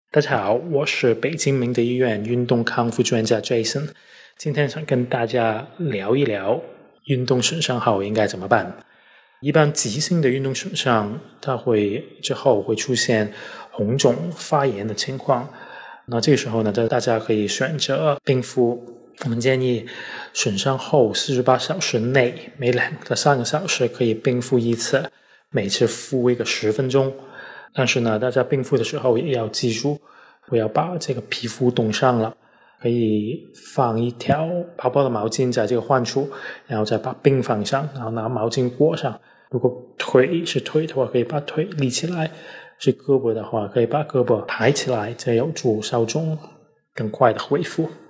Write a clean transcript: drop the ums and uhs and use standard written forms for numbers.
大家好，我是北京明德医院运动康复专家 Jason， 今天想跟大家聊一聊运动损伤后应该怎么办。一般急性的运动损伤，它之后会出现红肿发炎的情况，那这个时候呢，大家可以选择冰敷。我们建议损伤后48小时内，每2到3个小时可以冰敷一次，每次敷一个10分钟。但是呢，大家冰敷的时候也要记住，不要把这个皮肤冻伤了。可以放一条薄薄的毛巾在这个患处，然后再把冰放上，然后拿毛巾裹上。如果腿是腿的话，可以把腿立起来；是胳膊的话，可以把胳膊抬起来，这有助消肿更快的恢复。